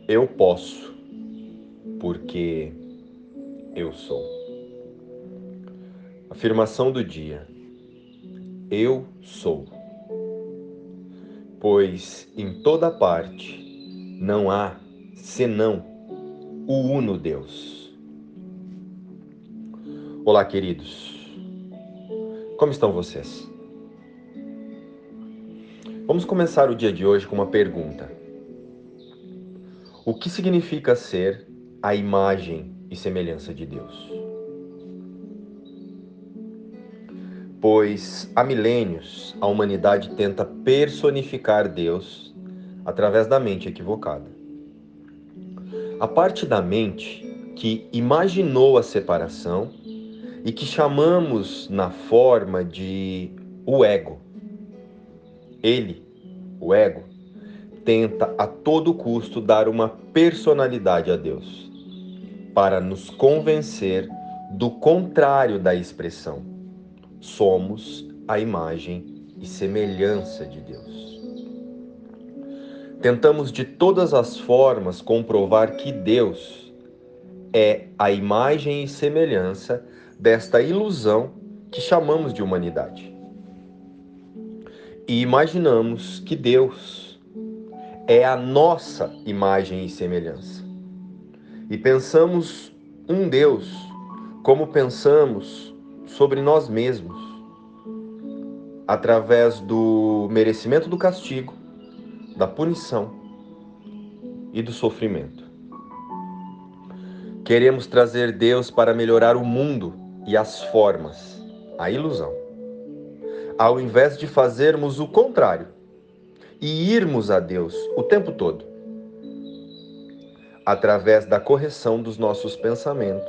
Eu posso, porque eu sou. Afirmação do dia. Eu sou. Pois em toda parte não há senão o uno Deus. Olá, queridos. Como estão vocês? Vamos começar o dia de hoje com uma pergunta. O que significa ser a imagem e semelhança de Deus? Pois há milênios a humanidade tenta personificar Deus através da mente equivocada. A parte da mente que imaginou a separação e que chamamos na forma de o ego. Ele, o ego, tenta a todo custo dar uma personalidade a Deus, para nos convencer do contrário da expressão. Somos a imagem e semelhança de Deus. Tentamos de todas as formas comprovar que Deus é a imagem e semelhança desta ilusão que chamamos de humanidade. E imaginamos que Deus é a nossa imagem e semelhança. E pensamos um Deus como pensamos sobre nós mesmos, através do merecimento do castigo, da punição e do sofrimento. Queremos trazer Deus para melhorar o mundo e as formas, a ilusão, ao invés de fazermos o contrário e irmos a Deus o tempo todo, através da correção dos nossos pensamentos,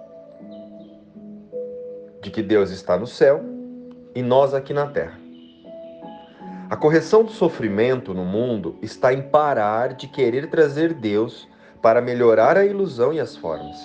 de que Deus está no céu e nós aqui na terra. A correção do sofrimento no mundo está em parar de querer trazer Deus para melhorar a ilusão e as formas.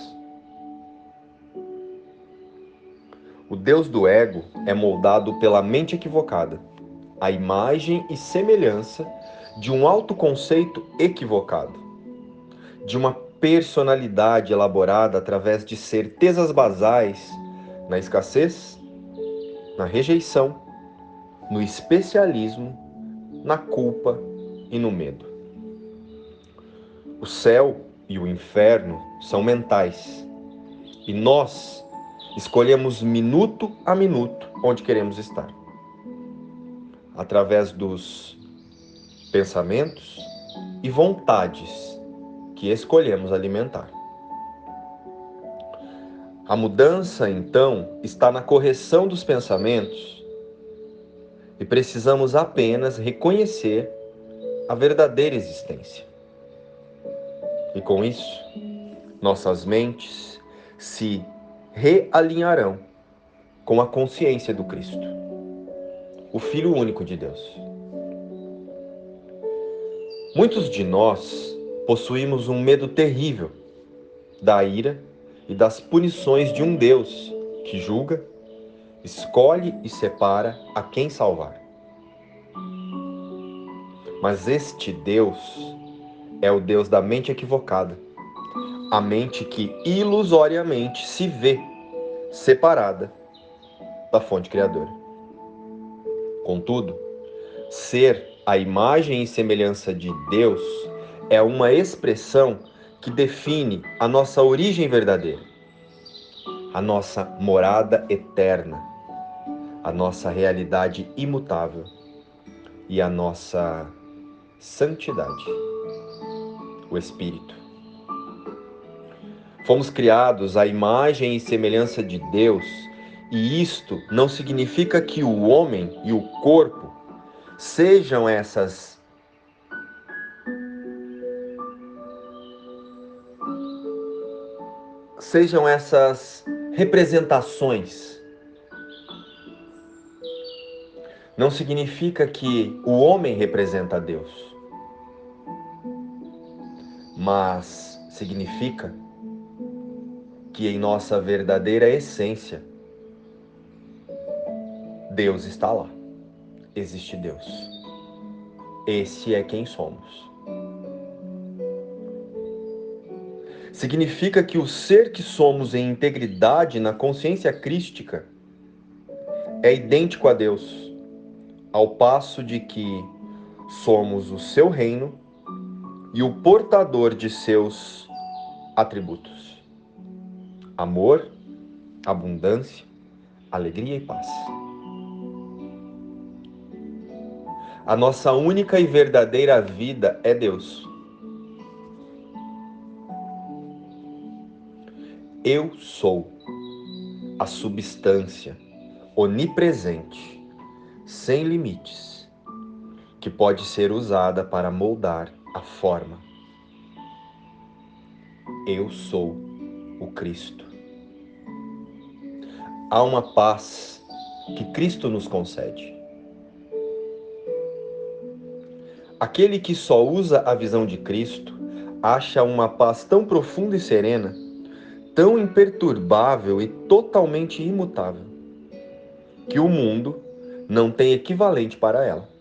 O Deus do ego é moldado pela mente equivocada, a imagem e semelhança de um autoconceito equivocado, de uma personalidade elaborada através de certezas basais na escassez, na rejeição, no especialismo, na culpa e no medo. O céu e o inferno são mentais e nós escolhemos minuto a minuto onde queremos estar, através dos pensamentos e vontades que escolhemos alimentar. A mudança, então, está na correção dos pensamentos e precisamos apenas reconhecer a verdadeira existência. E com isso, nossas mentes se realinharão com a consciência do Cristo, o Filho único de Deus. Muitos de nós possuímos um medo terrível da ira e das punições de um Deus que julga, escolhe e separa a quem salvar. Mas este Deus é o Deus da mente equivocada, a mente que ilusoriamente se vê separada da fonte criadora. Contudo, ser a imagem e semelhança de Deus é uma expressão que define a nossa origem verdadeira, a nossa morada eterna, a nossa realidade imutável e a nossa santidade, o Espírito. Fomos criados à imagem e semelhança de Deus, e isto não significa que o homem e o corpo sejam essas representações. Não significa que o homem representa Deus, mas significa que em nossa verdadeira essência, Deus está lá. Existe Deus. Esse é quem somos. Significa que o ser que somos em integridade na consciência crística é idêntico a Deus, ao passo de que somos o seu reino e o portador de seus atributos: amor, abundância, alegria e paz. A nossa única e verdadeira vida é Deus. Eu sou a substância onipresente, sem limites, que pode ser usada para moldar a forma. Eu sou o Cristo. Há uma paz que Cristo nos concede. Aquele que só usa a visão de Cristo acha uma paz tão profunda e serena, tão imperturbável e totalmente imutável, que o mundo não tem equivalente para ela.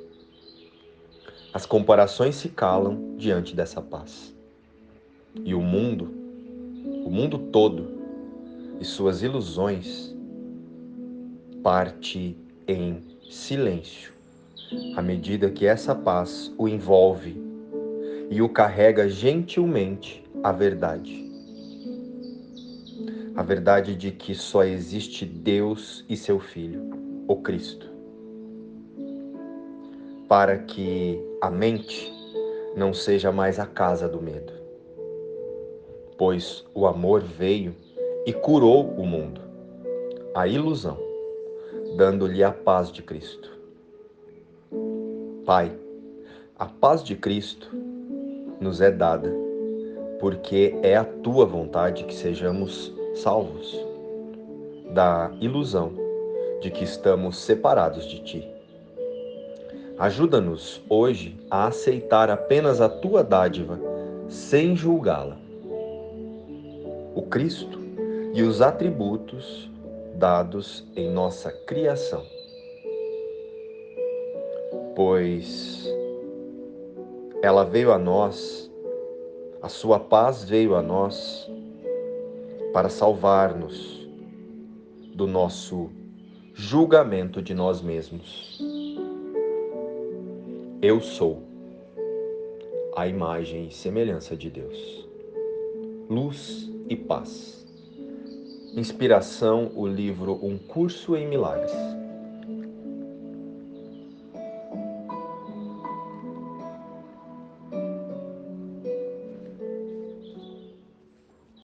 As comparações se calam diante dessa paz. E o mundo todo e suas ilusões parte em silêncio, à medida que essa paz o envolve e o carrega gentilmente à verdade. A verdade de que só existe Deus e seu Filho, o Cristo. Para que a mente não seja mais a casa do medo. Pois o amor veio e curou o mundo, a ilusão, dando-lhe a paz de Cristo. Pai, a paz de Cristo nos é dada, porque é a tua vontade que sejamos salvos da ilusão de que estamos separados de ti. Ajuda-nos hoje a aceitar apenas a tua dádiva, sem julgá-la. O Cristo e os atributos dados em nossa criação. Pois ela veio a nós, a sua paz veio a nós para salvar-nos do nosso julgamento de nós mesmos. Eu sou a imagem e semelhança de Deus. Luz e paz. Inspiração, o livro Um Curso em Milagres.